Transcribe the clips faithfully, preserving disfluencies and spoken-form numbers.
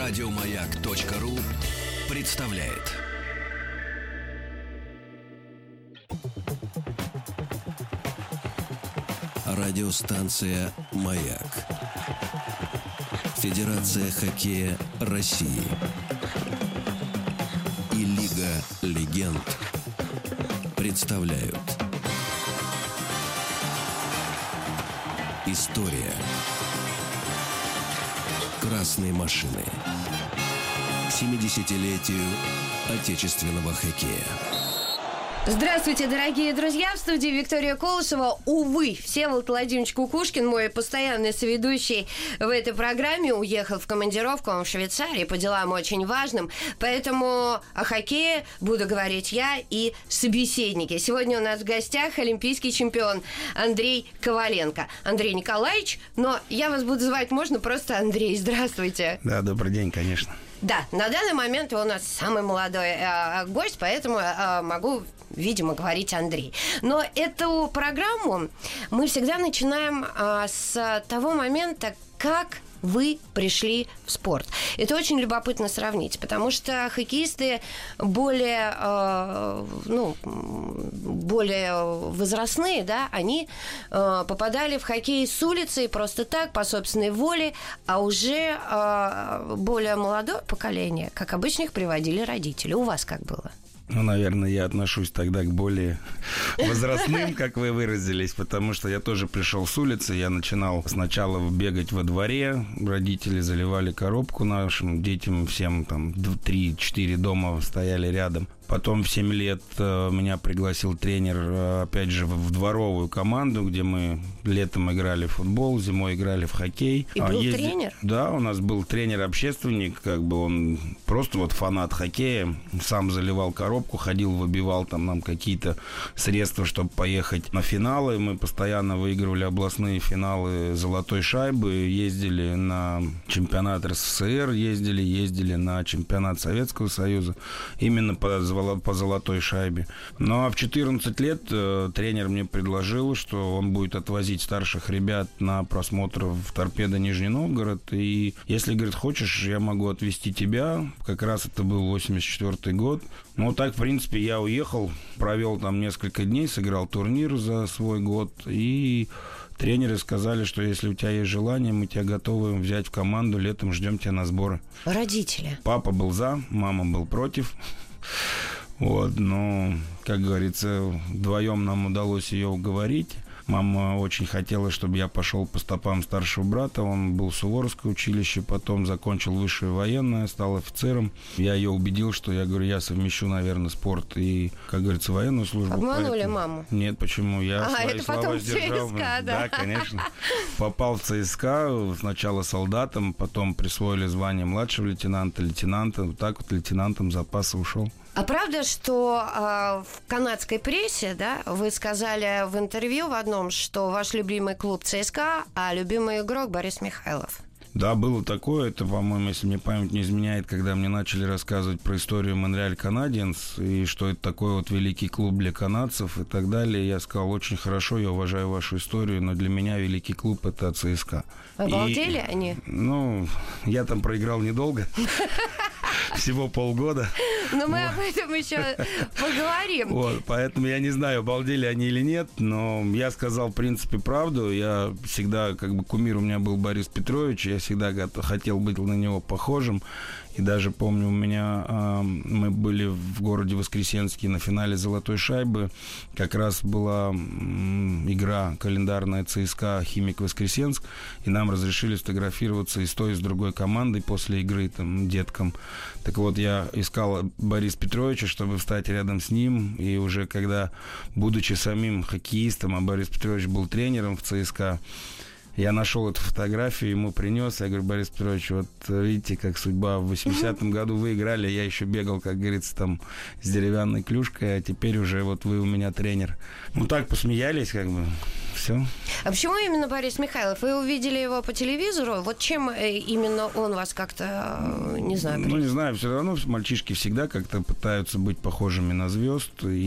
Радиомаяк.ру представляет. Радиостанция «Маяк». Федерация хоккея России и Лига легенд представляют. История красной машины к семидесятилетию отечественного хоккея. Здравствуйте, дорогие друзья! В студии Виктория Колышева. Увы, Всеволод Владимирович Кукушкин, мой постоянный соведущий в этой программе, уехал в командировку, он в Швейцарии по делам очень важным. Поэтому о хоккее буду говорить я и собеседники. Сегодня у нас в гостях олимпийский чемпион Андрей Коваленко. Андрей Николаевич, но я вас буду звать, можно просто Андрей. Здравствуйте. Да, добрый день, конечно. Да, на данный момент вы у нас самый молодой э, гость, поэтому э, могу, видимо, говорить Андрей. Но эту программу мы всегда начинаем э, с того момента, как вы пришли в спорт. Это очень любопытно сравнить, потому что хоккеисты более, э, ну, более возрастные, да, они э, попадали в хоккей с улицы просто так, по собственной воле, а уже э, более молодое поколение, как обычно, их приводили родители. У вас как было? Ну, наверное, я отношусь тогда к более возрастным, как вы выразились, потому что я тоже пришел с улицы, я начинал сначала бегать во дворе, родители заливали коробку нашим детям, всем там три-четыре дома стояли рядом. Потом в семь лет меня пригласил тренер, опять же, в дворовую команду, где мы летом играли в футбол, зимой играли в хоккей. И был Езди... тренер? Да, у нас был тренер-общественник, как бы он просто вот фанат хоккея, сам заливал коробку, ходил, выбивал там нам какие-то средства, чтобы поехать на финалы. Мы постоянно выигрывали областные финалы золотой шайбы, ездили на чемпионат РСФСР, ездили, ездили на чемпионат Советского Союза, именно по по золотой шайбе. Ну, а в четырнадцать лет э, тренер мне предложил, что он будет отвозить старших ребят на просмотр в Торпедо Нижний Новгород. И если, говорит, хочешь, я могу отвезти тебя. Как раз это был восемьдесят четвёртый год. Ну, так, в принципе, я уехал, провел там несколько дней, сыграл турнир за свой год. И тренеры сказали, что если у тебя есть желание, мы тебя готовы взять в команду, летом ждем тебя на сборы. Родители? Папа был за, мама был против. Вот, но, как говорится, вдвоем нам удалось ее уговорить. Мама очень хотела, чтобы я пошел по стопам старшего брата. Он был в Суворовское училище, потом закончил высшее военное, стал офицером. Я ее убедил, что я говорю, я совмещу, наверное, спорт и, как говорится, военную службу. Обманули поэтому... маму? Нет, почему? Я а, свои это слова потом сдержал. ЦСКА, да? Да, конечно. Попал в ЦСКА, сначала солдатом, потом присвоили звание младшего лейтенанта, лейтенанта. Вот так вот лейтенантом запаса ушел. А правда, что э, в канадской прессе, да, вы сказали в интервью в одном, что ваш любимый клуб ЦСКА, а любимый игрок Борис Михайлов? Да, было такое. Это, по-моему, если мне память не изменяет, когда мне начали рассказывать про историю Монреаль Канадиенс и что это такой вот великий клуб для канадцев и так далее. Я сказал, очень хорошо, я уважаю вашу историю, но для меня великий клуб – это ЦСКА. Обалдели и, они? Ну, я там проиграл недолго. Всего полгода. Но мы вот. об этом еще поговорим. Вот, поэтому я не знаю, обалдели они или нет, но я сказал, в принципе, правду. Я всегда, как бы, кумир у меня был Борис Петрович, я всегда хотел быть на него похожим. И даже помню, у меня э, мы были в городе Воскресенске на финале «Золотой шайбы». Как раз была э, игра календарная ЦСКА «Химик Воскресенск». И нам разрешили сфотографироваться и с той, и с другой командой после игры, там, деткам. Так вот, я искал Бориса Петровича, чтобы встать рядом с ним. И уже когда, будучи самим хоккеистом, а Борис Петрович был тренером в ЦСКА, я нашел эту фотографию, ему принес. Я говорю, Борис Петрович, вот видите, как судьба. В восьмидесятом году вы играли, я еще бегал, как говорится, там с деревянной клюшкой, а теперь уже вот вы у меня тренер. Ну так посмеялись, как бы, все. А почему именно Борис Михайлов? Вы увидели его по телевизору? Вот чем именно он вас как-то, не знаю... Ну, не знаю, все равно мальчишки всегда как-то пытаются быть похожими на звезд.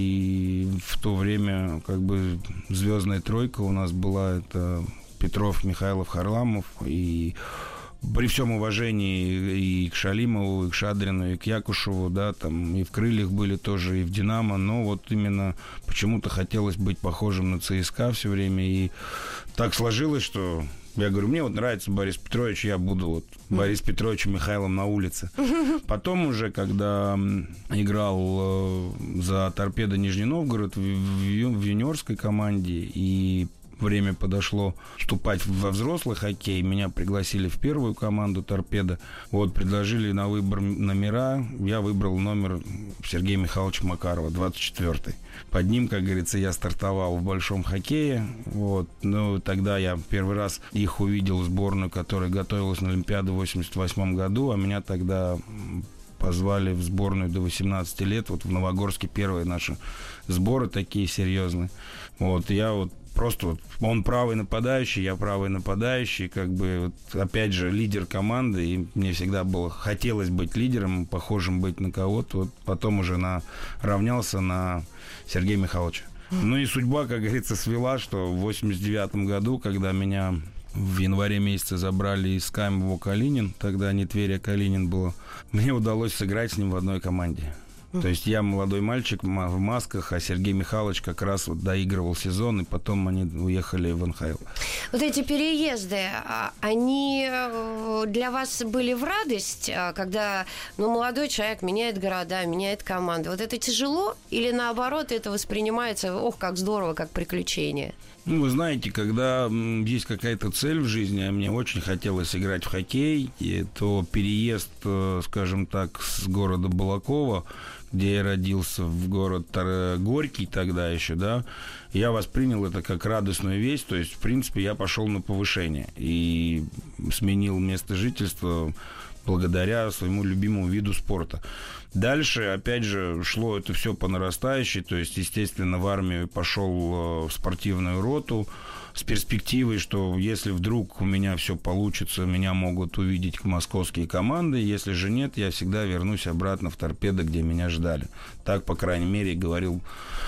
И в то время, как бы, звездная тройка у нас была, это... Петров, Михайлов, Харламов, и при всем уважении и к Шалимову, и к Шадрину, и к Якушеву, да, там и в «Крыльях» были тоже, и в «Динамо», но вот именно почему-то хотелось быть похожим на ЦСКА все время, и так сложилось, что я говорю, мне вот нравится Борис Петрович, я буду вот Борис Петровичем Михайлом на улице. Потом уже, когда играл за «Торпедо» Нижний Новгород в, в, в юниорской команде, и время подошло вступать во взрослый хоккей. Меня пригласили в первую команду «Торпедо». Вот, предложили на выбор номера. Я выбрал номер Сергея Михайловича Макарова, двадцать четвёртый. Под ним, как говорится, я стартовал в большом хоккее. Вот. Ну, тогда я первый раз их увидел, сборную, которая готовилась на Олимпиаду в восемьдесят восьмом году. А меня тогда позвали в сборную до восемнадцати лет. Вот в Новогорске первые наши сборы такие серьезные. Вот. Я вот просто вот, он правый нападающий, я правый нападающий, как бы, вот, опять же, лидер команды, и мне всегда было, хотелось быть лидером, похожим быть на кого-то, вот, потом уже на, равнялся на Сергея Михайловича. Ну и судьба, как говорится, свела, что в восемьдесят девятом году, когда меня в январе месяце забрали из КАМ Калинин, тогда не Тверь, а Калинин было, мне удалось сыграть с ним в одной команде. То есть я молодой мальчик в масках, а Сергей Михайлович как раз вот доигрывал сезон, и потом они уехали в эн ха эл. Вот эти переезды, они для вас были в радость, когда, ну, молодой человек меняет города, меняет команды? Вот это тяжело или наоборот это воспринимается, ох, как здорово, как приключение? Ну, вы знаете, когда есть какая-то цель в жизни, а мне очень хотелось играть в хоккей, и то переезд, скажем так, с города Балакова, где я родился, в город Горький тогда еще, да, я воспринял это как радостную весть, то есть, в принципе, я пошел на повышение и сменил место жительства благодаря своему любимому виду спорта. Дальше, опять же, шло это все по нарастающей, то есть, естественно, в армию пошел в спортивную роту с перспективой, что если вдруг у меня все получится, меня могут увидеть московские команды, если же нет, я всегда вернусь обратно в «Торпедо», где меня ждали. Так, по крайней мере, говорил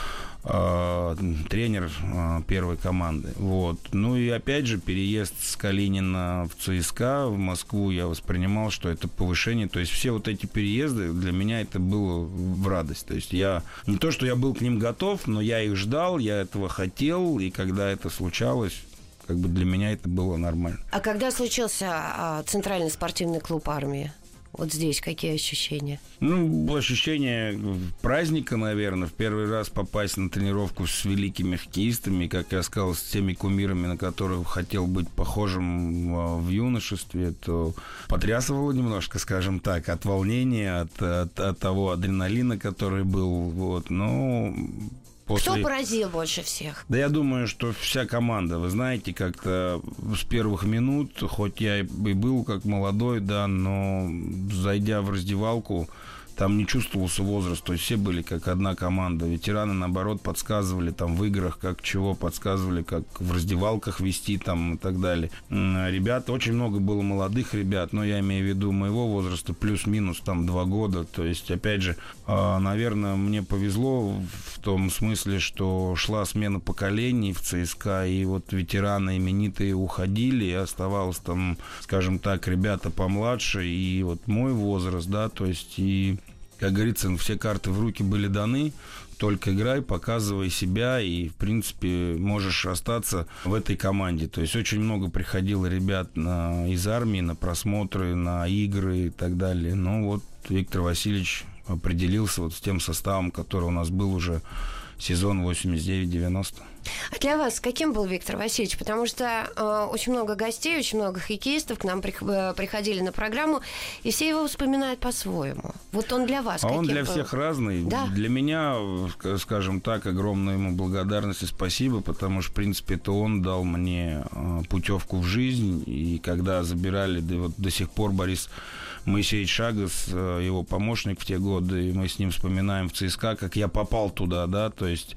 э, тренер э, первой команды. Вот. Ну и опять же, переезд с Калинина в ЦСКА, в Москву, я воспринимал, что это повышение. То есть все вот эти переезды, для меня это было в радость. То есть я, не то, что я был к ним готов, но я их ждал, я этого хотел, и когда это случалось, как бы для меня это было нормально. А когда случился а, Центральный спортивный клуб армии? Вот здесь какие ощущения? Ну, ощущение праздника, наверное. В первый раз попасть на тренировку с великими хоккеистами, как я сказал, с теми кумирами, на которых хотел быть похожим в юношестве, то потрясывало немножко, скажем так, от волнения, от, от, от того адреналина, который был. Вот. Но после... Кто поразил больше всех? Да я думаю, что вся команда. Вы знаете, как-то с первых минут, хоть я и был как молодой, да, но зайдя в раздевалку, там не чувствовался возраст, то есть все были как одна команда. Ветераны, наоборот, подсказывали там в играх, как чего, подсказывали, как в раздевалках вести там и так далее. Ребят, очень много было молодых ребят, но я имею в виду моего возраста, плюс-минус там два года. То есть, опять же, наверное, мне повезло в том смысле, что шла смена поколений в ЦСКА, и вот ветераны именитые уходили, и оставалось там, скажем так, ребята помладше, и вот мой возраст, да, то есть и... Как говорится, все карты в руки были даны, только играй, показывай себя, и, в принципе, можешь остаться в этой команде. То есть очень много приходило ребят на, из армии на просмотры, на игры и так далее. Но вот Виктор Васильевич определился вот с тем составом, который у нас был уже сезон восемьдесят девять девяносто. А для вас каким был Виктор Васильевич? Потому что э, очень много гостей, очень много хоккеистов к нам при, э, приходили на программу, и все его вспоминают по-своему. Вот он для вас а каким он для был? всех разный. Да. Для меня, скажем так, огромная ему благодарность и спасибо, потому что, в принципе, это он дал мне э, путевку в жизнь, и когда забирали, да, вот до сих пор Борис Моисеевич Шагас, его помощник в те годы, и мы с ним вспоминаем в ЦСКА, как я попал туда, да, то есть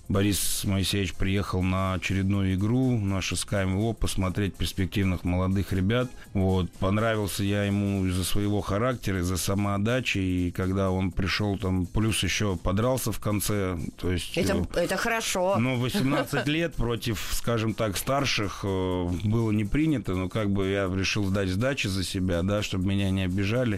Борис Моисеевич приехал на очередную игру, наш искаем его, посмотреть перспективных молодых ребят. Вот. Понравился я ему из-за своего характера, из-за самоотдачи, и когда он пришел там, плюс еще подрался в конце. То есть, это, это хорошо. Но восемнадцать лет против, скажем так, старших было не принято, но как бы я решил дать сдачи за себя, да, чтобы меня не обижали.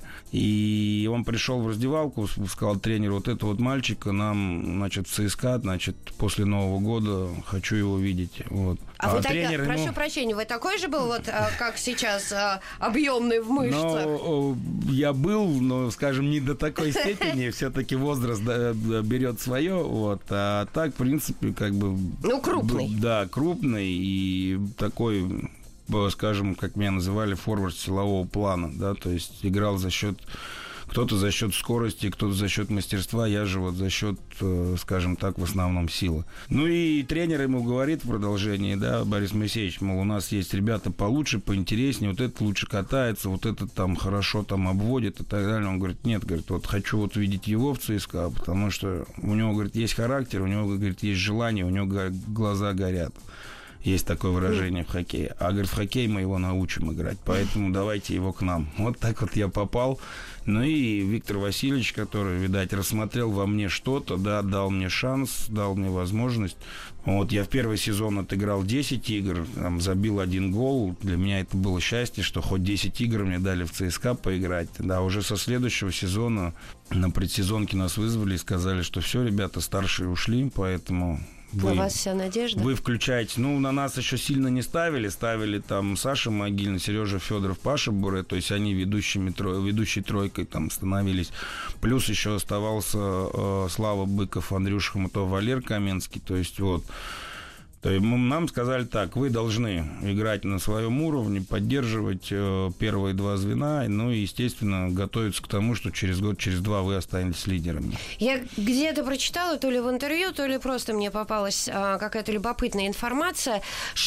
И он пришел в раздевалку, сказал тренеру: вот это вот мальчика нам, значит, в ЦСКА, значит, после Нового года хочу его видеть. Вот. А, а вы тренер, тогда, прошу ну, прощения, вы такой же был, вот, как сейчас, объемный в мышцах? Ну, я был, но, скажем, не до такой степени. Все-таки возраст берет свое. Вот. А так, в принципе, как бы... Ну, крупный. Да, крупный и такой, скажем, как меня называли, форвард силового плана. Да, то есть играл за счет... Кто-то за счет скорости, кто-то за счет мастерства, я же вот за счет, скажем так, в основном силы. Ну и тренер ему говорит в продолжении, да, Борис Моисеевич, мол, у нас есть ребята получше, поинтереснее, вот этот лучше катается, вот этот там хорошо там обводит и так далее. Он говорит: нет, говорит, вот хочу вот видеть его в ЦСКА, потому что у него, говорит, есть характер, у него, говорит, есть желание, у него глаза горят. Есть такое выражение в хоккее. А, говорит, в хоккей мы его научим играть, поэтому давайте его к нам. Вот так вот я попал. Ну и Виктор Васильевич, который, видать, рассмотрел во мне что-то, да, дал мне шанс, дал мне возможность. Вот я в первый сезон отыграл десять игр, там, забил один гол. Для меня это было счастье, что хоть десять игр мне дали в ЦСКА поиграть. Да, уже со следующего сезона на предсезонке нас вызвали и сказали, что все, ребята старшие ушли, поэтому... Вы, на вас вся надежда? Вы включаете. Ну, на нас еще сильно не ставили. Ставили там Саша Могильный, Сережа Федоров, Паша Буре. То есть они ведущими, ведущей тройкой там становились. Плюс еще оставался э, Слава Быков, Андрюша Хомутов, Валер Каменский. То есть вот. То есть нам сказали так: вы должны играть на своем уровне, поддерживать э, первые два звена, ну и, естественно, готовиться к тому, что через год, через два вы останетесь лидерами. Я где-то прочитала, то ли в интервью, то ли просто мне попалась а, какая-то любопытная информация,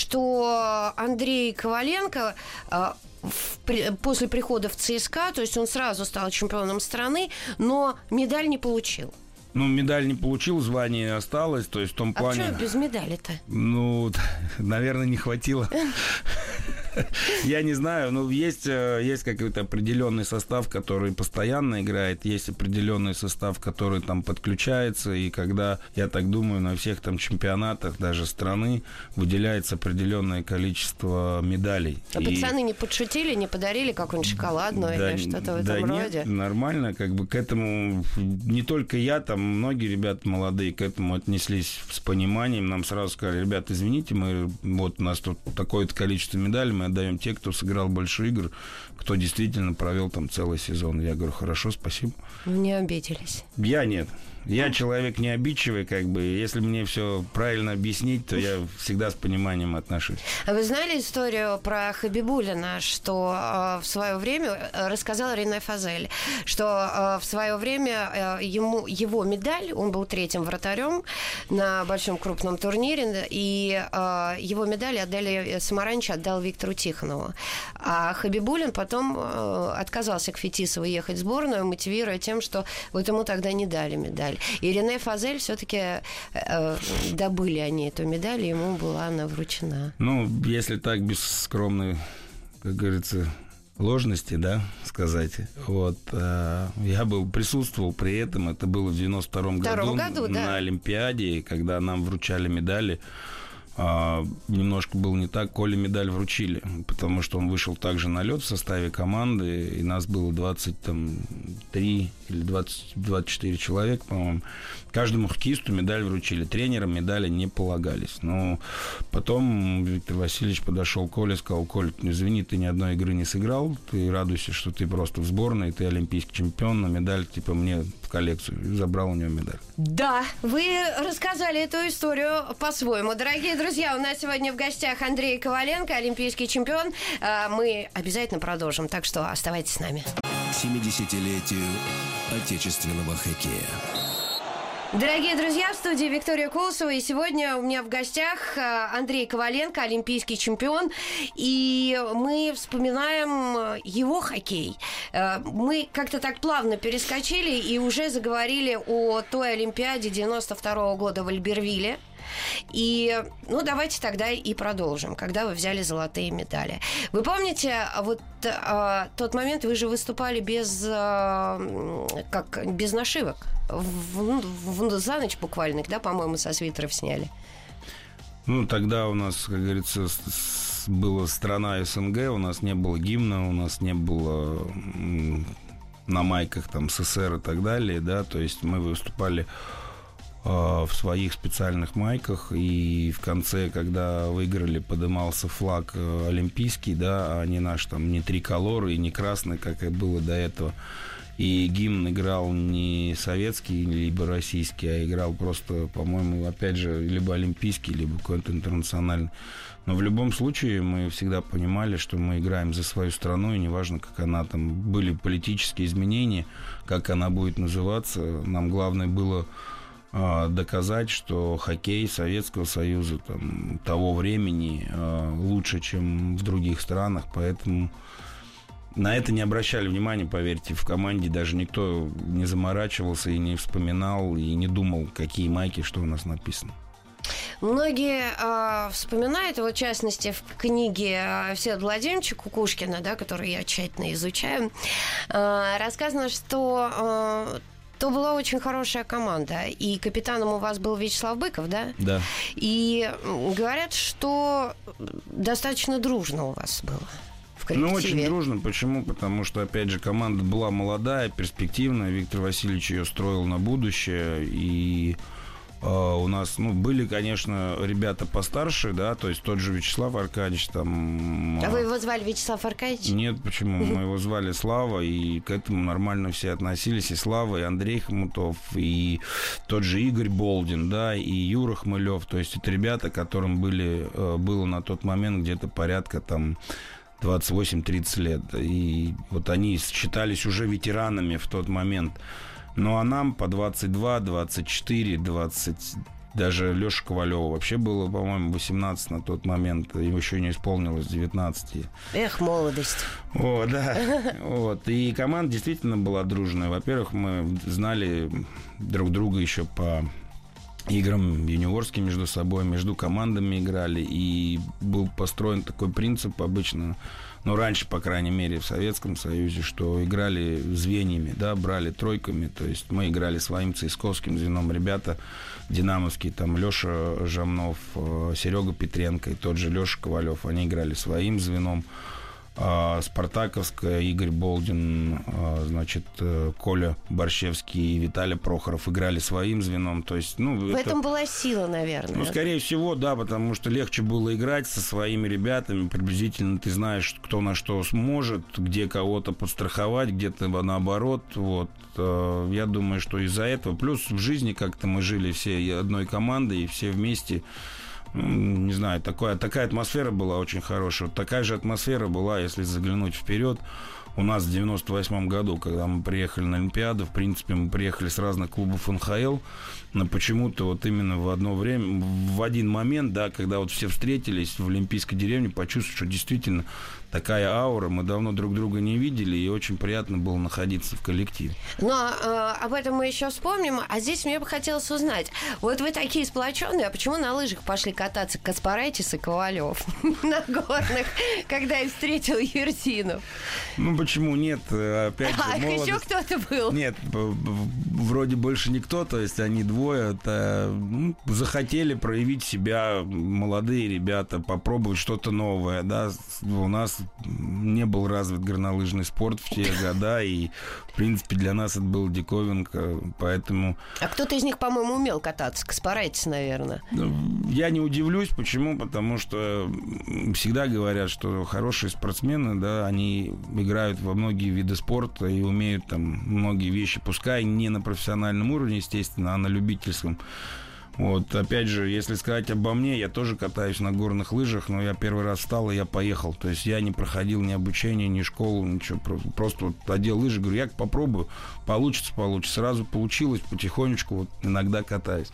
что Андрей Коваленко... А, В, при, после прихода в ЦСКА, то есть он сразу стал чемпионом страны, но медаль не получил. Ну, медаль не получил, звание осталось, то есть в том плане... А что без медали-то? Ну, наверное, не хватило. Я не знаю, но есть, есть какой-то определенный состав, который постоянно играет, есть определенный состав, который там подключается, и когда, я так думаю, на всех там чемпионатах даже страны выделяется определенное количество медалей. А и... пацаны не подшутили, не подарили какую-нибудь шоколадную да, или что-то в этом да роде? Нет, нормально, как бы к этому не только я, там многие ребята молодые к этому отнеслись с пониманием, нам сразу сказали: ребята, извините, мы вот у нас тут такое-то количество медалей, мы отдаем те, кто сыграл больше игр, кто действительно провел там целый сезон. Я говорю: хорошо, спасибо. Не обиделись? Я нет. Я человек не обидчивый, как бы. Если мне все правильно объяснить, то я всегда с пониманием отношусь. А вы знали историю про Хабибуллина, что э, в свое время рассказал Рене Фазель, что э, в свое время э, ему, его медаль, он был третьим вратарем на большом крупном турнире, и э, его медаль отдали, Самаранч отдал Виктору Тихонову. А Хабибуллин потом э, отказался к Фетисову ехать в сборную, мотивируя тем, что вот ему тогда не дали медаль. И Рене Фазель все-таки э, добыли они эту медаль, и ему была она вручена. Ну, если так, без скромной, как говорится, ложности, да, сказать. Вот. Э, я был, присутствовал при этом, это было в девяносто втором году, году да. на Олимпиаде, когда нам вручали медали. А, немножко было не так, Коле медаль вручили, потому что он вышел также на лед в составе команды, и нас было двадцать три или двадцать, двадцать четыре человека, по-моему. Каждому хоккеисту медаль вручили, тренерам медали не полагались. Но потом Виктор Васильевич подошел к Коле и сказал: Коль, извини, ты ни одной игры не сыграл, ты радуйся, что ты просто в сборной, ты олимпийский чемпион, но медаль типа мне в коллекцию. И забрал у него медаль. Да, вы рассказали эту историю по-своему. Дорогие друзья, у нас сегодня в гостях Андрей Коваленко, олимпийский чемпион. Мы обязательно продолжим, так что оставайтесь с нами. К семидесятилетию отечественного хоккея. Дорогие друзья, в студии Виктория Колосова, и сегодня у меня в гостях Андрей Коваленко, олимпийский чемпион, и мы вспоминаем его хоккей. Мы как-то так плавно перескочили и уже заговорили о той Олимпиаде девяносто второго года в Альбервилле. И, ну, давайте тогда и продолжим. Когда вы взяли золотые медали. Вы помните, вот а, тот момент, вы же выступали без, а, как, без нашивок. В, в, за ночь буквально, да, по-моему, со свитеров сняли. Ну, тогда у нас, как говорится, была страна СНГ, у нас не было гимна, у нас не было на майках там СССР и так далее, да, то есть мы выступали э, в своих специальных майках, и в конце, когда выиграли, подымался флаг олимпийский, да, а не наш там, не триколор и не красный, как и было до этого. И гимн играл не советский, либо российский, а играл просто, по-моему, опять же, либо олимпийский, либо какой-то интернациональный. Но в любом случае мы всегда понимали, что мы играем за свою страну, и неважно, как она там, были политические изменения, как она будет называться. Нам главное было э, доказать, что хоккей Советского Союза там, того времени э, лучше, чем в других странах, поэтому... На это не обращали внимания, поверьте, в команде даже никто не заморачивался и не вспоминал, и не думал, какие майки, что у нас написано. Многие э, вспоминают, вот в частности в книге Всеволода Владимировича Кукушкина, да, которую я тщательно изучаю, э, рассказано, что э, то была очень хорошая команда, и капитаном у вас был Вячеслав Быков, да? Да. И говорят, что достаточно дружно у вас было. Ну, очень дружно. Почему? Потому что, опять же, команда была молодая, перспективная. Виктор Васильевич ее строил на будущее. И э, у нас, ну, были, конечно, ребята постарше, да, то есть тот же Вячеслав Аркадьевич там... А вы его звали Вячеслав Аркадьевич? Нет, почему? Мы его звали Слава, и к этому нормально все относились. И Слава, и Андрей Хомутов, и тот же Игорь Болдин, да, и Юра Хмылев. То есть это ребята, которым были, было на тот момент где-то порядка там... двадцать восемь тридцать лет. И вот они считались уже ветеранами в тот момент. Ну, а нам по двадцать два, двадцать четыре, двадцать... Даже Лёше Ковалёву вообще было, по-моему, восемнадцать на тот момент. Ему еще не исполнилось девятнадцать. Эх, молодость. О, да. Вот. И команда действительно была дружная. Во-первых, мы знали друг друга еще по... играм юниорским между собой, между командами играли, и был построен такой принцип обычно, ну, раньше, по крайней мере, в Советском Союзе, что играли звеньями, да, брали тройками, то есть мы играли своим цейсковским звеном, ребята динамовские, там, Леша Жамнов, Серега Петренко и тот же Леша Ковалев, они играли своим звеном. Спартаковская, Игорь Болдин, значит, Коля Борщевский и Виталий Прохоров играли своим звеном. То есть, ну, в это... этом была сила, наверное. Ну, скорее всего, да, потому что легче было играть со своими ребятами. Приблизительно ты знаешь, кто на что сможет, где кого-то подстраховать, где-то наоборот. Вот. Я думаю, что из-за этого. Плюс в жизни как-то мы жили все одной командой, и все вместе. Не знаю, такая, такая атмосфера была очень хорошая. Вот такая же атмосфера была, если заглянуть вперед. У нас в девяносто восьмом году, когда мы приехали на Олимпиаду, в принципе, мы приехали с разных клубов эн ха эл, но почему-то вот именно в одно время, в один момент, да, когда вот все встретились в Олимпийской деревне, почувствовали, что действительно такая аура, мы давно друг друга не видели, и очень приятно было находиться в коллективе. Но э, об этом мы еще вспомним, а здесь мне бы хотелось узнать, вот вы такие сплоченные, а почему на лыжах пошли кататься Каспарайтис и Ковалев на горных, когда я встретил Юртину? Ну, почему нет? Опять же, а молодость... еще кто-то был? Нет, вроде больше никто, то есть они двое это, ну, захотели проявить себя, молодые ребята, попробовать что-то новое, да, у нас не был развит горнолыжный спорт в те года, и, в принципе, для нас это было диковинка, поэтому... А кто-то из них, по-моему, умел кататься, Каспарайтис, наверное. Я не удивлюсь, почему, потому что всегда говорят, что хорошие спортсмены, да, они играют во многие виды спорта и умеют там многие вещи, пускай не на профессиональном уровне, естественно, а на любительском. Вот, опять же, если сказать обо мне, я тоже катаюсь на горных лыжах, но я первый раз встал, и я поехал. То есть я не проходил ни обучение, ни школу, ничего. Просто вот одел лыжи, говорю, я попробую, получится, получится. Сразу получилось, потихонечку вот иногда катаюсь.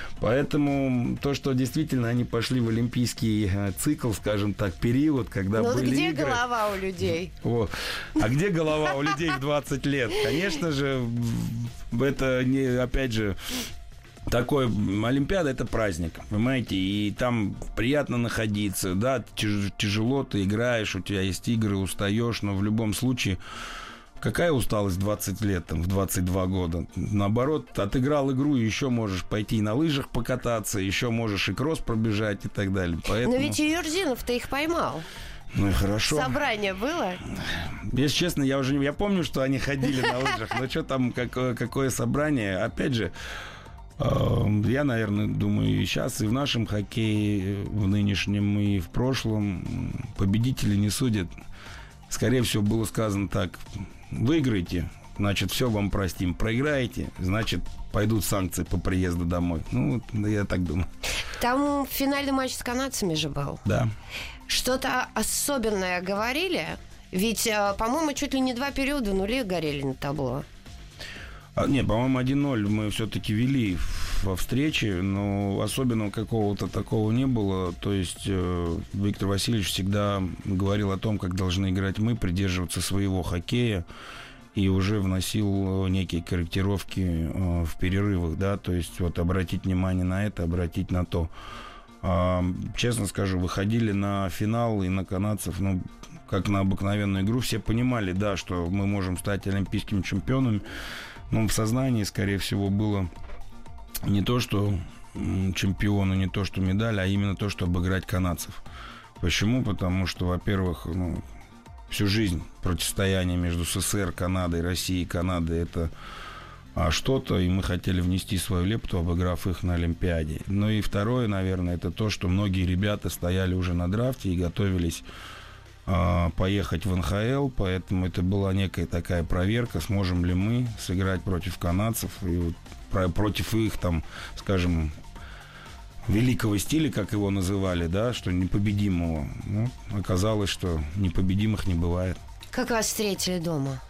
Поэтому то, что действительно они пошли в олимпийский цикл, скажем так, период, когда ну, были где игры... голова у людей? Вот. А где голова у людей в двадцать лет? Конечно же, это, не, опять же... такой, Олимпиада — это праздник, понимаете, и там приятно находиться, да, тяж, тяжело ты играешь, у тебя есть игры, устаешь, но в любом случае, какая усталость в двадцать лет, там, в двадцать два года? Наоборот, отыграл игру, и еще можешь пойти на лыжах покататься, еще можешь и кросс пробежать и так далее. Поэтому... Но ведь и Юрзинов-то их поймал. Ну и хорошо. Собрание было? Если честно, я уже не... Я помню, что они ходили на лыжах, но что там, какое, какое собрание? Опять же, я, наверное, думаю, и сейчас, и в нашем хоккее, в нынешнем, и в прошлом победители не судят. Скорее всего, было сказано так: выиграете, значит, все вам простим. Проиграете, значит, пойдут санкции по приезду домой. Ну, я так думаю. Там финальный матч с канадцами же был. Да. Что-то особенное говорили? Ведь, по-моему, чуть ли не два периода нули горели на табло. А, не, по-моему, один ноль мы все-таки вели во встрече, но особенного какого-то такого не было. То есть э, Виктор Васильевич всегда говорил о том, как должны играть мы, придерживаться своего хоккея, и уже вносил некие корректировки э, в перерывах, да, то есть вот обратить внимание на это, обратить на то. А, честно скажу, выходили на финал и на канадцев, ну, как на обыкновенную игру, все понимали, да, что мы можем стать олимпийскими чемпионами. Но в сознании, скорее всего, было не то, что чемпиону, не то, что медаль, а именно то, что обыграть канадцев. Почему? Потому что, во-первых, ну, всю жизнь противостояние между СССР, Канадой, Россией, Канадой — это а что-то, и мы хотели внести свою лепту, обыграв их на Олимпиаде. Ну и второе, наверное, это то, что многие ребята стояли уже на драфте и готовились поехать в эн ха эл, поэтому это была некая такая проверка, сможем ли мы сыграть против канадцев и вот про, против их, там, скажем, великого стиля, как его называли, да, что непобедимого. Ну, оказалось, что непобедимых не бывает. Как вас встретили дома?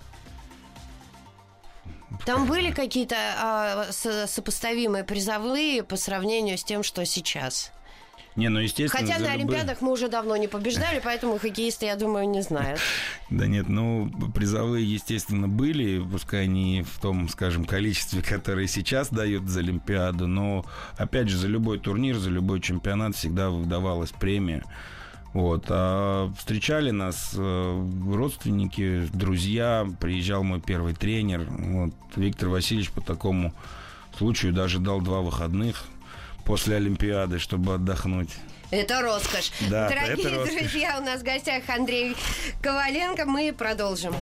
Там были какие-то а, сопоставимые призовые по сравнению с тем, что сейчас? Не, ну, естественно, хотя на любые... Олимпиадах мы уже давно не побеждали, поэтому хоккеисты, я думаю, не знают. Да нет, ну, призовые, естественно, были, пускай не в том, скажем, количестве, которое сейчас дают за Олимпиаду, но, опять же, за любой турнир, за любой чемпионат всегда выдавалась премия. Вот. А встречали нас родственники, друзья, приезжал мой первый тренер. Вот. Виктор Васильевич по такому случаю даже дал два выходных после Олимпиады, чтобы отдохнуть. Это роскошь. Да, дорогие это роскошь. Друзья, у нас в гостях Андрей Коваленко. Мы продолжим.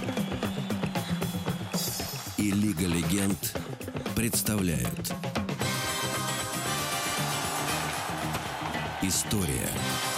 И Лига легенд представляют история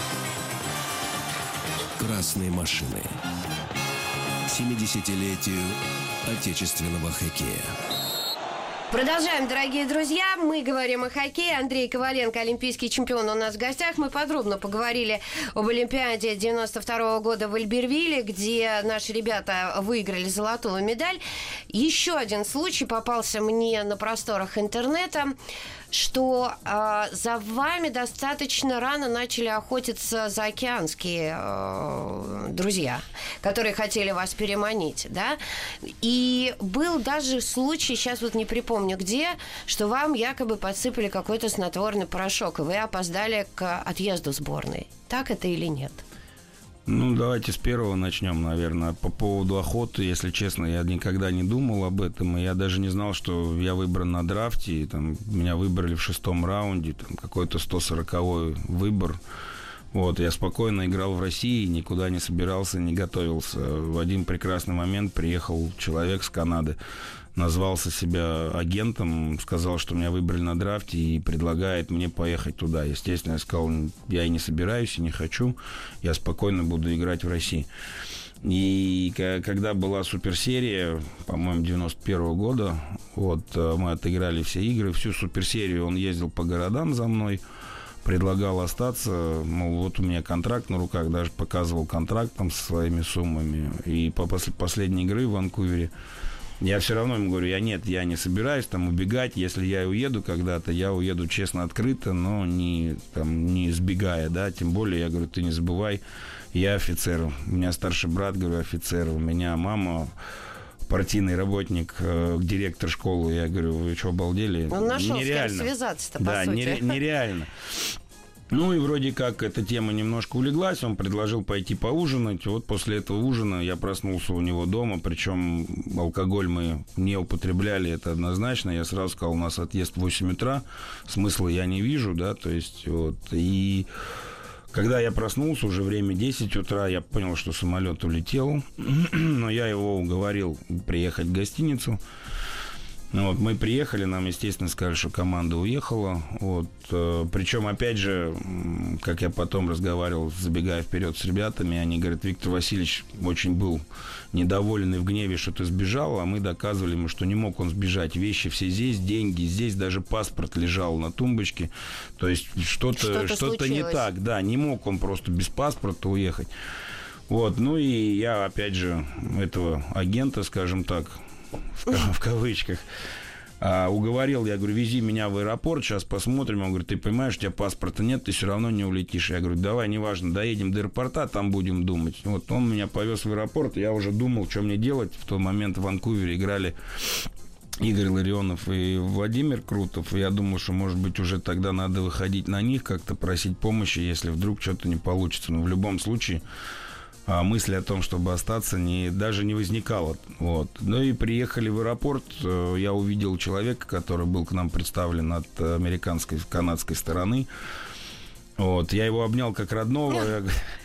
красной машины к семидесятилетию отечественного хоккея. Продолжаем, дорогие друзья. Мы говорим о хоккее. Андрей Коваленко, олимпийский чемпион, у нас в гостях. Мы подробно поговорили об Олимпиаде девяносто второго года в Альбервилле, где наши ребята выиграли золотую медаль. Еще один случай попался мне на просторах интернета, что э, за вами достаточно рано начали охотиться заокеанские э, друзья, которые хотели вас переманить, да? И был даже случай, сейчас вот не припомню где, что вам якобы подсыпали какой-то снотворный порошок, и вы опоздали к отъезду сборной. Так это или нет? Ну, давайте с первого начнем, наверное. По поводу охоты, если честно, я никогда не думал об этом. И я даже не знал, что я выбран на драфте. И, там, меня выбрали в шестом раунде. Там, какой-то сто сороковой выбор. Вот, я спокойно играл в России, никуда не собирался, не готовился. В один прекрасный момент приехал человек с Канады. Назвался себя агентом, сказал, что меня выбрали на драфте и предлагает мне поехать туда. Естественно, я сказал, я и не собираюсь, и не хочу. Я спокойно буду играть в России. И когда была суперсерия, по-моему, девяносто первого года, вот, мы отыграли все игры, всю суперсерию он ездил по городам за мной, предлагал остаться, мол, вот у меня контракт на руках, даже показывал контракт там со своими суммами. И по после последней игры в Ванкувере я все равно ему говорю, я нет, я не собираюсь там убегать. Если я уеду когда-то, я уеду честно, открыто, но не, там, не сбегая, да. Тем более, я говорю, ты не забывай, я офицер. У меня старший брат, говорю, офицер. У меня мама партийный работник, э, директор школы. Я говорю, вы что, обалдели? Он нашел, нереально. с кем связаться-то, по да, сути. Нере- нереально. Ну и вроде как эта тема немножко улеглась, он предложил пойти поужинать. Вот после этого ужина я проснулся у него дома, причем алкоголь мы не употребляли, это однозначно. Я сразу сказал, у нас отъезд в восемь утра, смысла я не вижу, да, то есть вот. И когда я проснулся, уже время десять утра, я понял, что самолет улетел, но я его уговорил приехать в гостиницу. Ну, вот мы приехали, нам, естественно, сказали, что команда уехала. Вот, э, причем, опять же, как я потом разговаривал, забегая вперед с ребятами, они говорят, Виктор Васильевич очень был недоволен и в гневе, что ты сбежал, а мы доказывали ему, что не мог он сбежать. Вещи все здесь, деньги здесь, даже паспорт лежал на тумбочке. То есть что-то, что-то, что-то не так, да, не мог он просто без паспорта уехать. Вот, ну и я, опять же, этого агента, скажем так, в, в кавычках, а, уговорил, я говорю, вези меня в аэропорт, сейчас посмотрим. Он говорит, ты понимаешь, у тебя паспорта нет, ты все равно не улетишь. Я говорю, давай, неважно, доедем до аэропорта, там будем думать. Вот он меня повез в аэропорт, я уже думал, что мне делать. В тот момент в Ванкувере играли Игорь Ларионов и Владимир Крутов. Я думал, что, может быть, уже тогда надо выходить на них, как-то просить помощи, если вдруг что-то не получится. Но в любом случае а мысли о том, чтобы остаться, не, даже не возникало. Вот. Ну и приехали в аэропорт. Я увидел человека, который был к нам представлен от американской, канадской стороны. Вот. Я его обнял как родного. Я,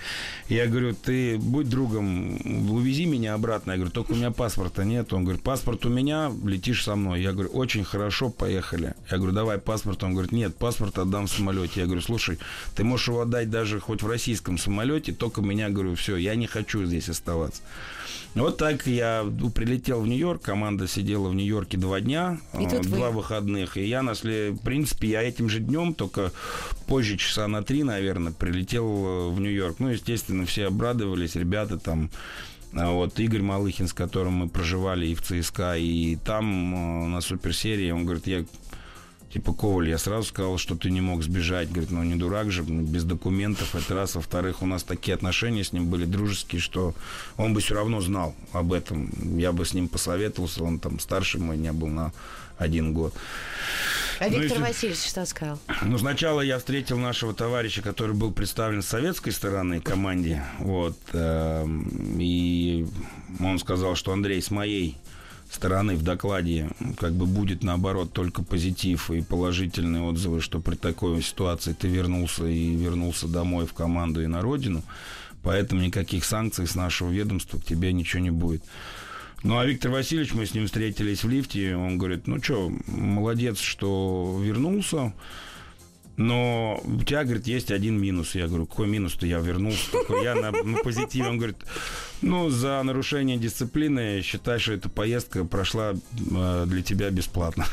я говорю, ты будь другом, увези меня обратно. Я говорю, только у меня паспорта нет. Он говорит, паспорт у меня, летишь со мной. Я говорю, очень хорошо, поехали. Я говорю, давай паспорт. Он говорит, нет, паспорт отдам в самолете. Я говорю, слушай, ты можешь его отдать даже хоть в российском самолете, только меня, говорю, все, я не хочу здесь оставаться. Вот так я прилетел в Нью-Йорк, команда сидела в Нью-Йорке два дня, два вы... выходных, и я, в принципе, я этим же днем, только позже, часа на три, наверное, прилетел в Нью-Йорк. Ну, естественно, все обрадовались, ребята там, вот Игорь Малыхин, с которым мы проживали и в ЦСКА, и там на суперсерии, он говорит, я... Типа, Коваль, я сразу сказал, что ты не мог сбежать. Говорит, ну не дурак же, без документов, это раз. Во-вторых, у нас такие отношения с ним были дружеские, что он бы все равно знал об этом. Я бы с ним посоветовался, он там старше мой не был на один год. А ну, Виктор если... Васильевич что сказал? Ну, сначала я встретил нашего товарища, который был представлен с советской стороны команде. Вот. И он сказал, что Андрей, с моей стороны в докладе как бы будет, наоборот, только позитив и положительные отзывы, что при такой ситуации ты вернулся и вернулся домой в команду и на родину, поэтому никаких санкций с нашего ведомства к тебе ничего не будет. Ну, а Виктор Васильевич, мы с ним встретились в лифте, он говорит, ну что, молодец, что вернулся, но у тебя, говорит, есть один минус. Я говорю, какой минус-то? Я вернулся. Такой, я на, на позитиве. Он говорит, ну, за нарушение дисциплины считай, что эта поездка прошла э, для тебя бесплатно.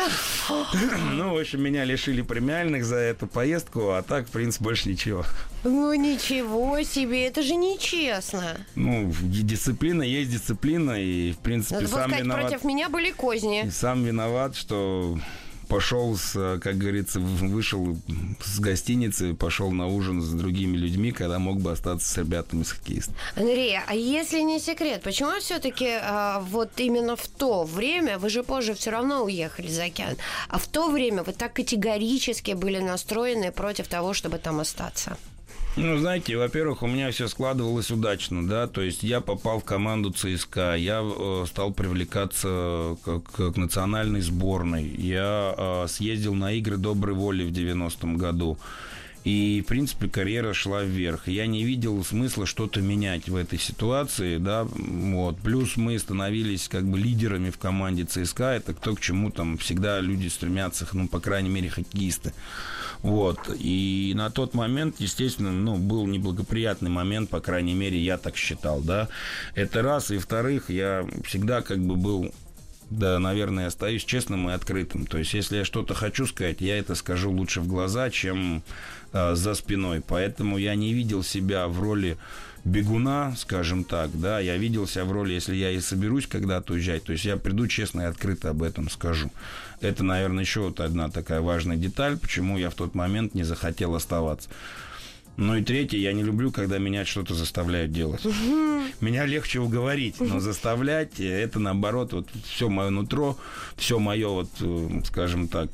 Ну, в общем, меня лишили премиальных за эту поездку, а так, в принципе, больше ничего. Ну, ничего себе, это же нечестно. Ну, дисциплина есть дисциплина, и, в принципе, сам виноват. Против меня были козни. Сам виноват, что... Пошел, с, как говорится, вышел с гостиницы, пошел на ужин с другими людьми, когда мог бы остаться с ребятами с хоккеистами. Андрей, а если не секрет, почему все-таки а, вот именно в то время, вы же позже все равно уехали за океан, а в то время вы так категорически были настроены против того, чтобы там остаться? Ну, знаете, во-первых, у меня все складывалось удачно, да, то есть я попал в команду ЦСКА, я э, стал привлекаться к, к национальной сборной, я э, съездил на игры доброй воли в девяностом году, и, в принципе, карьера шла вверх. Я не видел смысла что-то менять в этой ситуации, да, вот. Плюс мы становились как бы лидерами в команде ЦСКА, это кто к чему там всегда люди стремятся, ну, по крайней мере, хоккеисты. Вот. И на тот момент, естественно, ну, был неблагоприятный момент, по крайней мере, я так считал, да. Это раз. И, во-вторых, я всегда как бы был... Да, наверное, остаюсь честным и открытым. То есть, если я что-то хочу сказать, я это скажу лучше в глаза, чем э, за спиной. Поэтому я не видел себя в роли бегуна, скажем так, да. Я видел себя в роли, если я и соберусь когда-то уезжать, то есть я приду честно и открыто об этом скажу. Это, наверное, еще вот одна такая важная деталь, почему я в тот момент не захотел оставаться. Ну и третье, я не люблю, когда меня что-то заставляют делать. Меня легче уговорить, но заставлять, это наоборот, вот все мое нутро, все мое, вот, скажем так,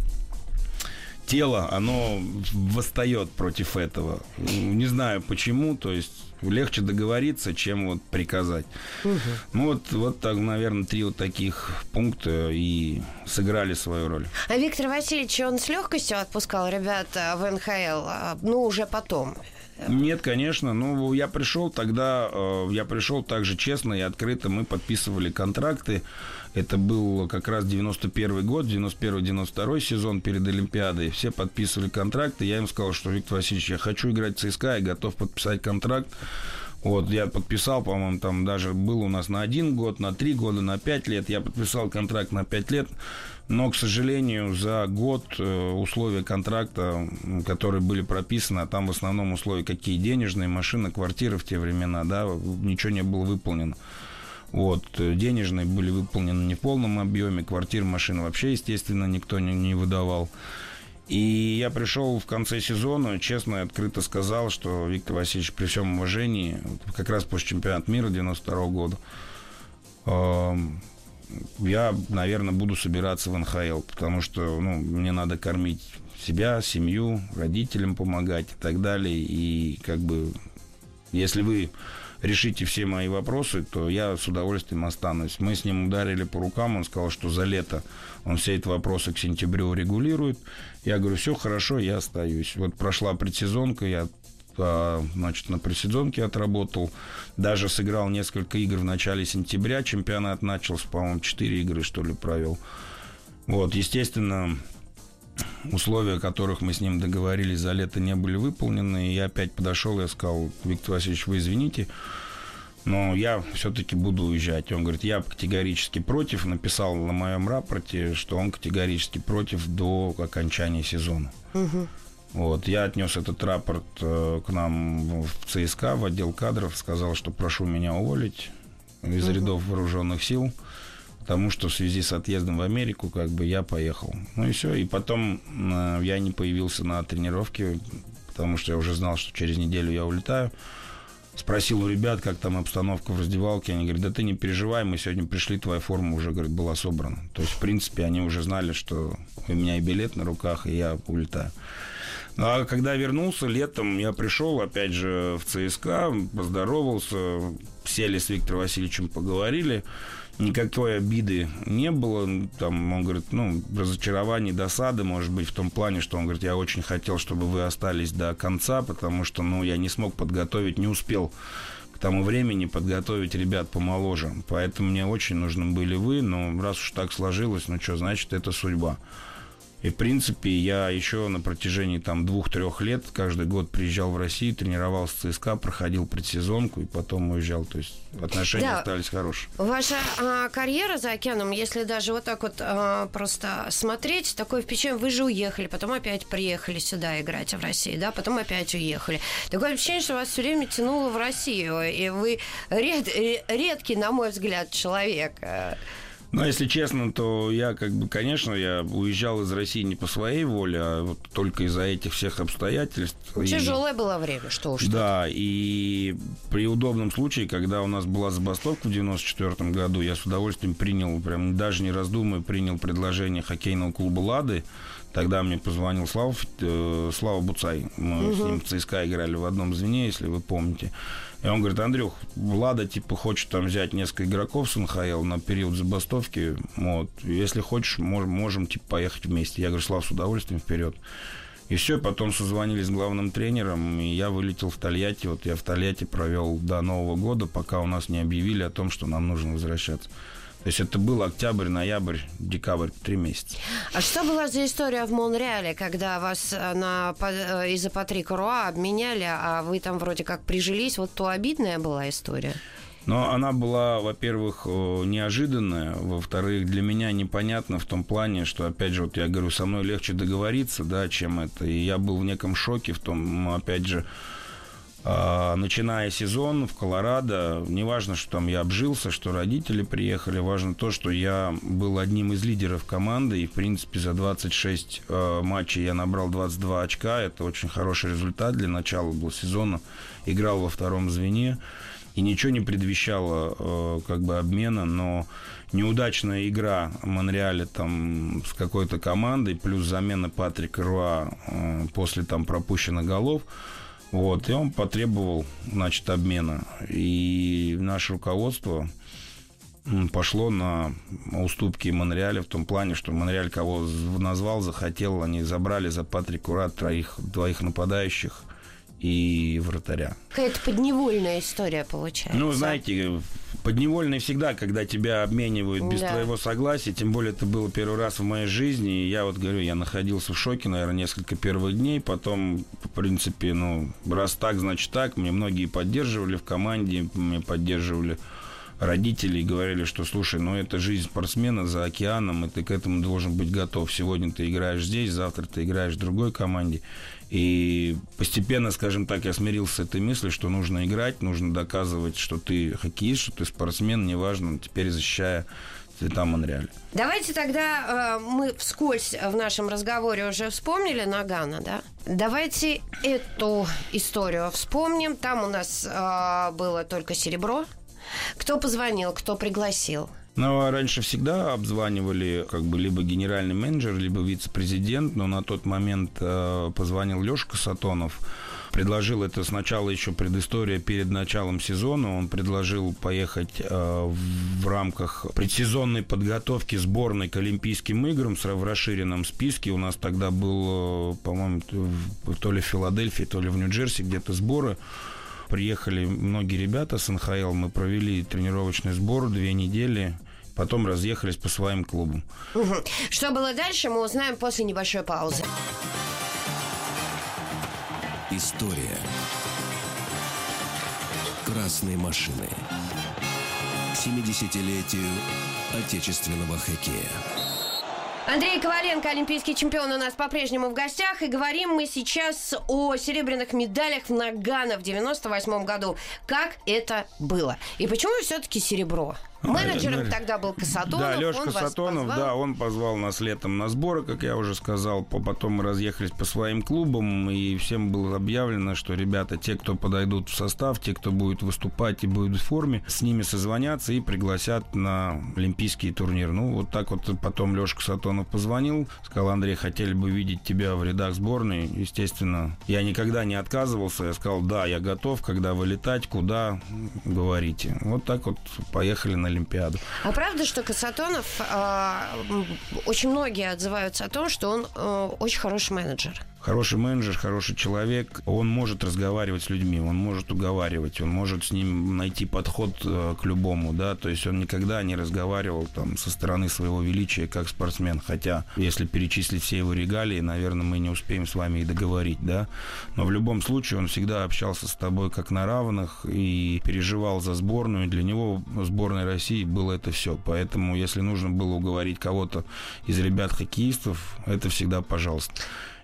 тело, оно восстает против этого. Не знаю почему, то есть легче договориться, чем вот приказать. Угу. Ну вот, вот так, наверное, три вот таких пункта и сыграли свою роль. А Виктор Васильевич, он с легкостью отпускал ребят в эн ха эл, ну, уже потом? Нет, конечно. Ну, я пришел тогда, я пришел так же честно и открыто. Мы подписывали контракты. Это был как раз девяносто первый год, девяносто первый девяносто второй сезон перед Олимпиадой. Все подписывали контракты. Я им сказал, что, Виктор Васильевич, я хочу играть в ЦСКА, я готов подписать контракт. Вот, я подписал, по-моему, там даже был у нас на один год, на три года, на пять лет. Я подписал контракт на пять лет. Но, к сожалению, за год условия контракта, которые были прописаны, а там в основном условия какие? Денежные, машина, квартира в те времена, да, ничего не было выполнено. Вот, денежные были выполнены не в полном объеме, квартир, машин вообще, естественно, никто не, не выдавал. И я пришел в конце сезона, честно и открыто сказал, что Виктор Васильевич, при всем уважении, как раз после чемпионата мира девяносто второго года, э, я, наверное, буду собираться в эн ха эл, потому что, ну, мне надо кормить себя, семью, родителям помогать и так далее. И как бы, если вы решите все мои вопросы, то я с удовольствием останусь. Мы с ним ударили по рукам, он сказал, что за лето он все эти вопросы к сентябрю регулирует. Я говорю, все хорошо, я остаюсь. Вот прошла предсезонка, я, значит, на предсезонке отработал, даже сыграл несколько игр в начале сентября, чемпионат начался, по-моему, четыре игры, что ли, провел. Вот, естественно, условия, о которых мы с ним договорились за лето, не были выполнены. И я опять подошел, я сказал, Виктор Васильевич, вы извините, но я все-таки буду уезжать. Он говорит, я категорически против. Написал на моем рапорте, что он категорически против до окончания сезона. Угу. Вот, я отнес этот рапорт к нам в ЦСКА, в отдел кадров, сказал, что прошу меня уволить из угу. рядов вооруженных сил, потому что в связи с отъездом в Америку, как бы, я поехал. Ну и все. И потом э, я не появился на тренировке, потому что я уже знал, что через неделю я улетаю. Спросил у ребят, как там обстановка в раздевалке. Они говорят, да ты не переживай, мы сегодня пришли, твоя форма уже, говорит, была собрана. То есть, в принципе, они уже знали, что у меня и билет на руках, и я улетаю. Ну, а когда вернулся, летом я пришел, опять же, в ЦСКА, поздоровался, сели с Виктором Васильевичем, поговорили. Никакой обиды не было. Там, он говорит, ну, разочарование, досады, может быть, в том плане, что он говорит, я очень хотел, чтобы вы остались до конца, потому что, ну, я не смог подготовить, не успел к тому времени подготовить ребят помоложе. Поэтому мне очень нужны были вы, но раз уж так сложилось, ну, что, значит, это судьба. И, в принципе, я еще на протяжении там двух-трех лет каждый год приезжал в Россию, тренировался в ЦСКА, проходил предсезонку и потом уезжал. То есть отношения да. остались хорошие. Ваша а, карьера за океаном, если даже вот так вот а, просто смотреть, такое впечатление, вы же уехали, потом опять приехали сюда играть в России, да, потом опять уехали. Такое впечатление, что вас все время тянуло в Россию, и вы ред, редкий, на мой взгляд, человек. Ну, если честно, то я, как бы, конечно, я уезжал из России не по своей воле, а вот только из-за этих всех обстоятельств. Тяжелое и... было время, что уж. Да, тут. И при удобном случае, когда у нас была забастовка в девяносто четвёртом году, я с удовольствием принял, прям даже не раздумывая, принял предложение хоккейного клуба «Лады». Тогда мне позвонил Слава, э, Слава Буцай. Мы угу. с ним в ЦСКА играли в одном звене, если вы помните. И он говорит, Андрюх, Лада, типа, хочет там взять несколько игроков с эн ха эл на период забастовки. Вот. Если хочешь, можем, можем типа, поехать вместе. Я говорю, Слав, с удовольствием, вперед. И все, потом созвонились с главным тренером, и я вылетел в Тольятти. Вот я в Тольятти провел до Нового года, пока у нас не объявили о том, что нам нужно возвращаться. То есть это был октябрь, ноябрь, декабрь, три месяца. А что была за история в Монреале, когда вас на, из-за Патрика Руа обменяли, а вы там вроде как прижились? Вот то обидная была история? Но она была, во-первых, неожиданная, во-вторых, для меня непонятна в том плане, что, опять же, вот я говорю, со мной легче договориться, да, чем это. И я был в неком шоке в том, опять же, А, начиная сезон в Колорадо, неважно, что там я обжился, что родители приехали, важно то, что я был одним из лидеров команды, и, в принципе, за двадцать шесть а, матчей я набрал двадцать два очка. Это очень хороший результат для начала был сезона. Играл во втором звене, и ничего не предвещало а, как бы обмена, но неудачная игра в Монреале там с какой-то командой, плюс замена Патрика Руа а, после там пропущенных голов. Вот, и он потребовал, значит, обмена. И наше руководство пошло на уступки Монреаля в том плане, что Монреаль кого назвал, захотел, они забрали за Патрика Руа троих, двоих нападающих и вратаря. Какая-то подневольная история получается. Ну, знаете, подневольная всегда, когда тебя обменивают без да. твоего согласия. Тем более, это было первый раз в моей жизни. И я вот говорю, я находился в шоке, наверное, несколько первых дней. Потом, в принципе, ну, раз так, значит так. Мне многие поддерживали в команде, мне поддерживали родители и говорили, что, слушай, ну, это жизнь спортсмена за океаном, и ты к этому должен быть готов. Сегодня ты играешь здесь, завтра ты играешь в другой команде. И постепенно, скажем так, я смирился с этой мыслью, что нужно играть, нужно доказывать, что ты хоккеист, что ты спортсмен, неважно, теперь защищая цвета Монреаля. Давайте тогда э, мы вскользь в нашем разговоре уже вспомнили Нагано, да? Давайте эту историю вспомним. Там у нас э, было только серебро. Кто позвонил, кто пригласил? Ну, раньше всегда обзванивали как бы либо генеральный менеджер, либо вице-президент, но на тот момент э, позвонил Леша Касатонов, предложил это сначала еще предыстория перед началом сезона, он предложил поехать э, в, в рамках предсезонной подготовки сборной к Олимпийским играм в расширенном списке. У нас тогда был, по-моему, то ли в Филадельфии, то ли в Нью-Джерси где-то сборы. Приехали многие ребята с эн ха эл, мы провели тренировочный сбор две недели, потом разъехались по своим клубам. Угу. Что было дальше, мы узнаем после небольшой паузы. История красной машины к семидесятилетию отечественного хоккея. Андрей Коваленко, олимпийский чемпион, у нас по-прежнему в гостях. И говорим мы сейчас о серебряных медалях в Нагано в девяносто восьмом году. Как это было? И почему все-таки серебро? Менеджером тогда был Касатонов. Да, Леша Касатонов, да, он позвал нас летом на сборы, как я уже сказал. Потом мы разъехались по своим клубам, и всем было объявлено, что ребята, те, кто подойдут в состав, те, кто будет выступать и будет в форме, с ними созвонятся и пригласят на олимпийский турнир. Ну, вот так вот потом Леша Касатонов позвонил, сказал: Андрей, хотели бы видеть тебя в рядах сборной. Естественно, я никогда не отказывался, я сказал: да, я готов, когда вылетать, куда, говорите. Вот так вот поехали на Олимпиаду. А правда, что Касатонов, э, очень многие отзываются о том, что он э, очень хороший менеджер? Хороший менеджер, хороший человек, он может разговаривать с людьми, он может уговаривать, он может с ним найти подход э, к любому, да, то есть он никогда не разговаривал там со стороны своего величия как спортсмен, хотя если перечислить все его регалии, наверное, мы не успеем с вами и договорить, да, но в любом случае он всегда общался с тобой как на равных и переживал за сборную, для него сборная России было это все, поэтому если нужно было уговорить кого-то из ребят-хоккеистов, это всегда пожалуйста.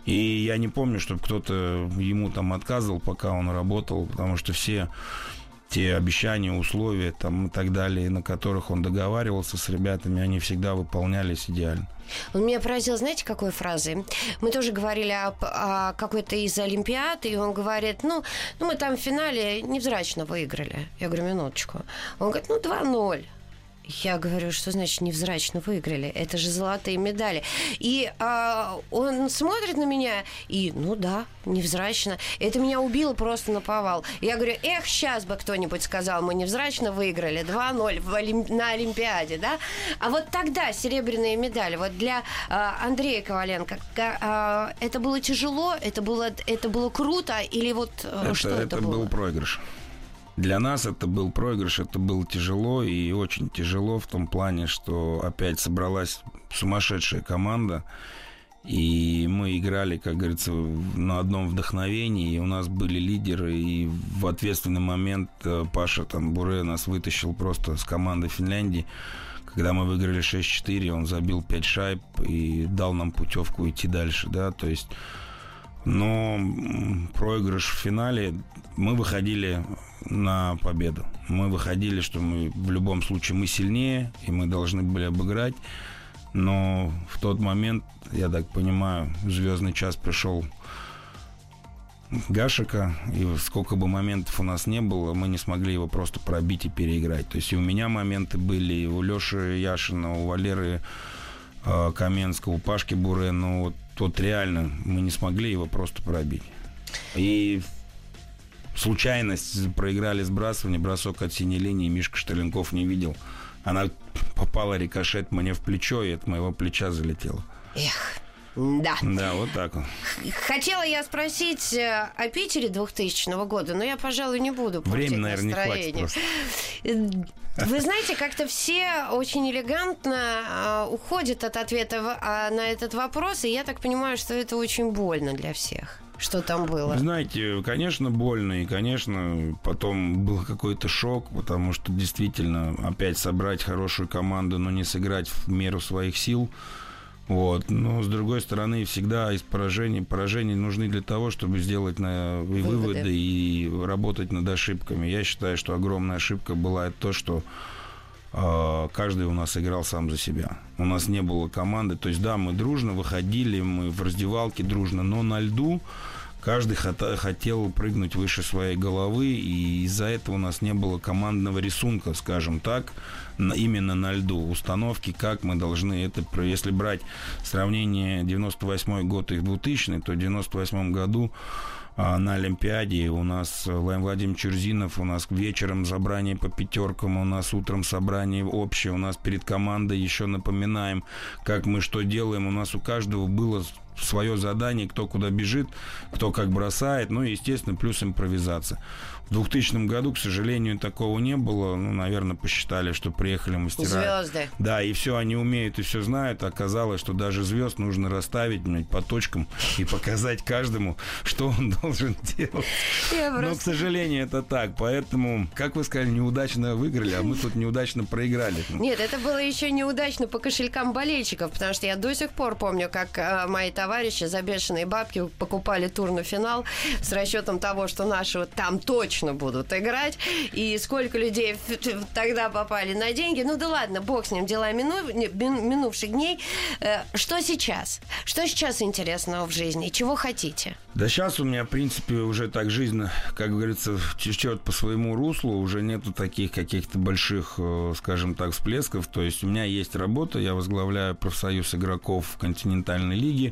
И я не помню, чтобы кто-то ему там отказывал, пока он работал, потому что все те обещания, условия там, и так далее, на которых он договаривался с ребятами, они всегда выполнялись идеально. Он меня поразил, знаете, какой фразой? Мы тоже говорили о, о какой-то из Олимпиад, и он говорит, ну, ну, мы там в финале невзрачно выиграли. Я говорю, минуточку. Он говорит, ну, два ноль. Я говорю, что значит невзрачно выиграли? Это же золотые медали. И а, он смотрит на меня и, ну да, невзрачно. Это меня убило просто наповал. Я говорю, эх, сейчас бы кто-нибудь сказал, мы невзрачно выиграли два ноль в Олимп... на Олимпиаде, да? А вот тогда серебряные медали, вот для а, Андрея Коваленко, а, это было тяжело, это было, это было круто, или вот это, что это, это было? Это был проигрыш. Для нас это был проигрыш, это было тяжело и очень тяжело в том плане, что опять собралась сумасшедшая команда, и мы играли, как говорится, на одном вдохновении, и у нас были лидеры, и в ответственный момент Паша там Буре нас вытащил просто с команды Финляндии. Когда мы выиграли шесть четыре, он забил пять шайб и дал нам путевку идти дальше, да, то есть Но проигрыш в финале, мы выходили на победу. Мы выходили, что мы в любом случае мы сильнее, и мы должны были обыграть. Но в тот момент, я так понимаю, звездный час пришел Гашека, и сколько бы моментов у нас не было, мы не смогли его просто пробить и переиграть. То есть и у меня моменты были, и у Леши Яшина, у Валеры э, Каменского, у Пашки Буре, но вот, вот реально мы не смогли его просто пробить. И случайность, проиграли сбрасывание, бросок от синей линии, Мишка Штырленков не видел. Она попала рикошет мне в плечо, и от моего плеча залетела. Эх, да. Да, вот так вот. Хотела я спросить о Питере двухтысячного года, но я, пожалуй, не буду портить Времени, наверное, настроение. не хватит просто. Вы знаете, как-то все очень элегантно э, уходят от ответа в, а, на этот вопрос, и я так понимаю, что это очень больно для всех. Что там было? Знаете, конечно, больно, и, конечно, потом был какой-то шок, потому что действительно опять собрать хорошую команду, но не сыграть в меру своих сил. Вот. Но, с другой стороны, всегда из поражений, поражения нужны для того, чтобы сделать на, и выводы. выводы и работать над ошибками. Я считаю, что огромная ошибка была то, что э, каждый у нас играл сам за себя. У нас не было команды. То есть, да, мы дружно выходили, мы в раздевалке дружно, но на льду каждый хотел прыгнуть выше своей головы, и из-за этого у нас не было командного рисунка, скажем так, именно на льду, установки, как мы должны это... Если брать сравнение девяносто восьмой год и двухтысячный, то в девяносто восьмом году на Олимпиаде у нас Владимир Владимирович Чурзинов, у нас вечером собрание по пятеркам, у нас утром собрание общее, у нас перед командой еще напоминаем, как мы что делаем, у нас у каждого было свое задание, кто куда бежит, кто как бросает, ну и, естественно, плюс импровизация. В двухтысячном году, к сожалению, такого не было. Ну, наверное, посчитали, что приехали мастера. Звезды. Да, и все они умеют и все знают. Оказалось, что даже звезд нужно расставить, блядь, по точкам и показать каждому, что он должен делать. Я Но, просто... к сожалению, это так. Поэтому, как вы сказали, неудачно выиграли, а мы тут неудачно проиграли. Нет, это было еще неудачно по кошелькам болельщиков, потому что я до сих пор помню, как э, мои товарищи за бешеные бабки покупали тур на финал с расчетом того, что наши там точно будут играть, и сколько людей тогда попали на деньги. Ну да ладно, бог с ним, дела мину... минувших дней. Что сейчас? Что сейчас интересного в жизни? Чего хотите? Да сейчас у меня, в принципе, уже так жизнь, как говорится, течет по своему руслу, уже нету таких каких-то больших, скажем так, всплесков. То есть у меня есть работа, я возглавляю профсоюз игроков континентальной лиги.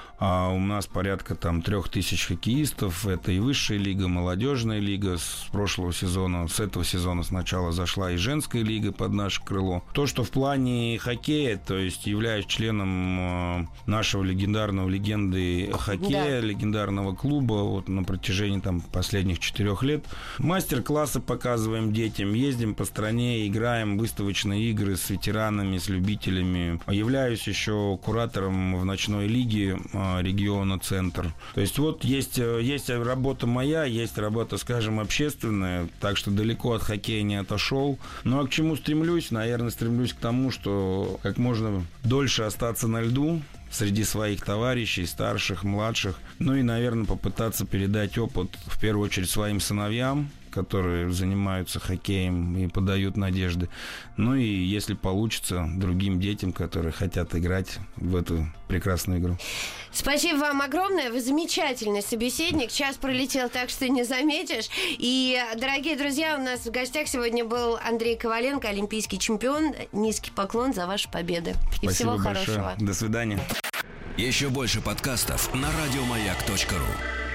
А у нас порядка там трех тысяч хоккеистов. Это и высшая лига, молодежная лига. С прошлого сезона, с этого сезона сначала зашла и женская лига под наше крыло. То, что в плане хоккея, то есть являюсь членом нашего легендарного легенды хоккея, да. легендарного клуба вот на протяжении там последних четырех лет. Мастер-классы показываем детям, ездим по стране, играем выставочные игры с ветеранами, с любителями. Являюсь еще куратором в ночной лиге региона «Центр». То есть вот есть, есть работа моя, есть работа, скажем, общественная, так что далеко от хоккея не отошел. Ну а к чему стремлюсь? Наверное, стремлюсь к тому, что как можно дольше остаться на льду среди своих товарищей, старших, младших. Ну и, наверное, попытаться передать опыт, в первую очередь, своим сыновьям, которые занимаются хоккеем и подают надежды. Ну и, если получится, другим детям, которые хотят играть в эту прекрасную игру. Спасибо вам огромное. Вы замечательный собеседник. Час пролетел так, что не заметишь. И, дорогие друзья, у нас в гостях сегодня был Андрей Коваленко, олимпийский чемпион. Низкий поклон за ваши победы. И Спасибо всего большое. Хорошего. До свидания. Еще больше подкастов на радиомаяк точка ру.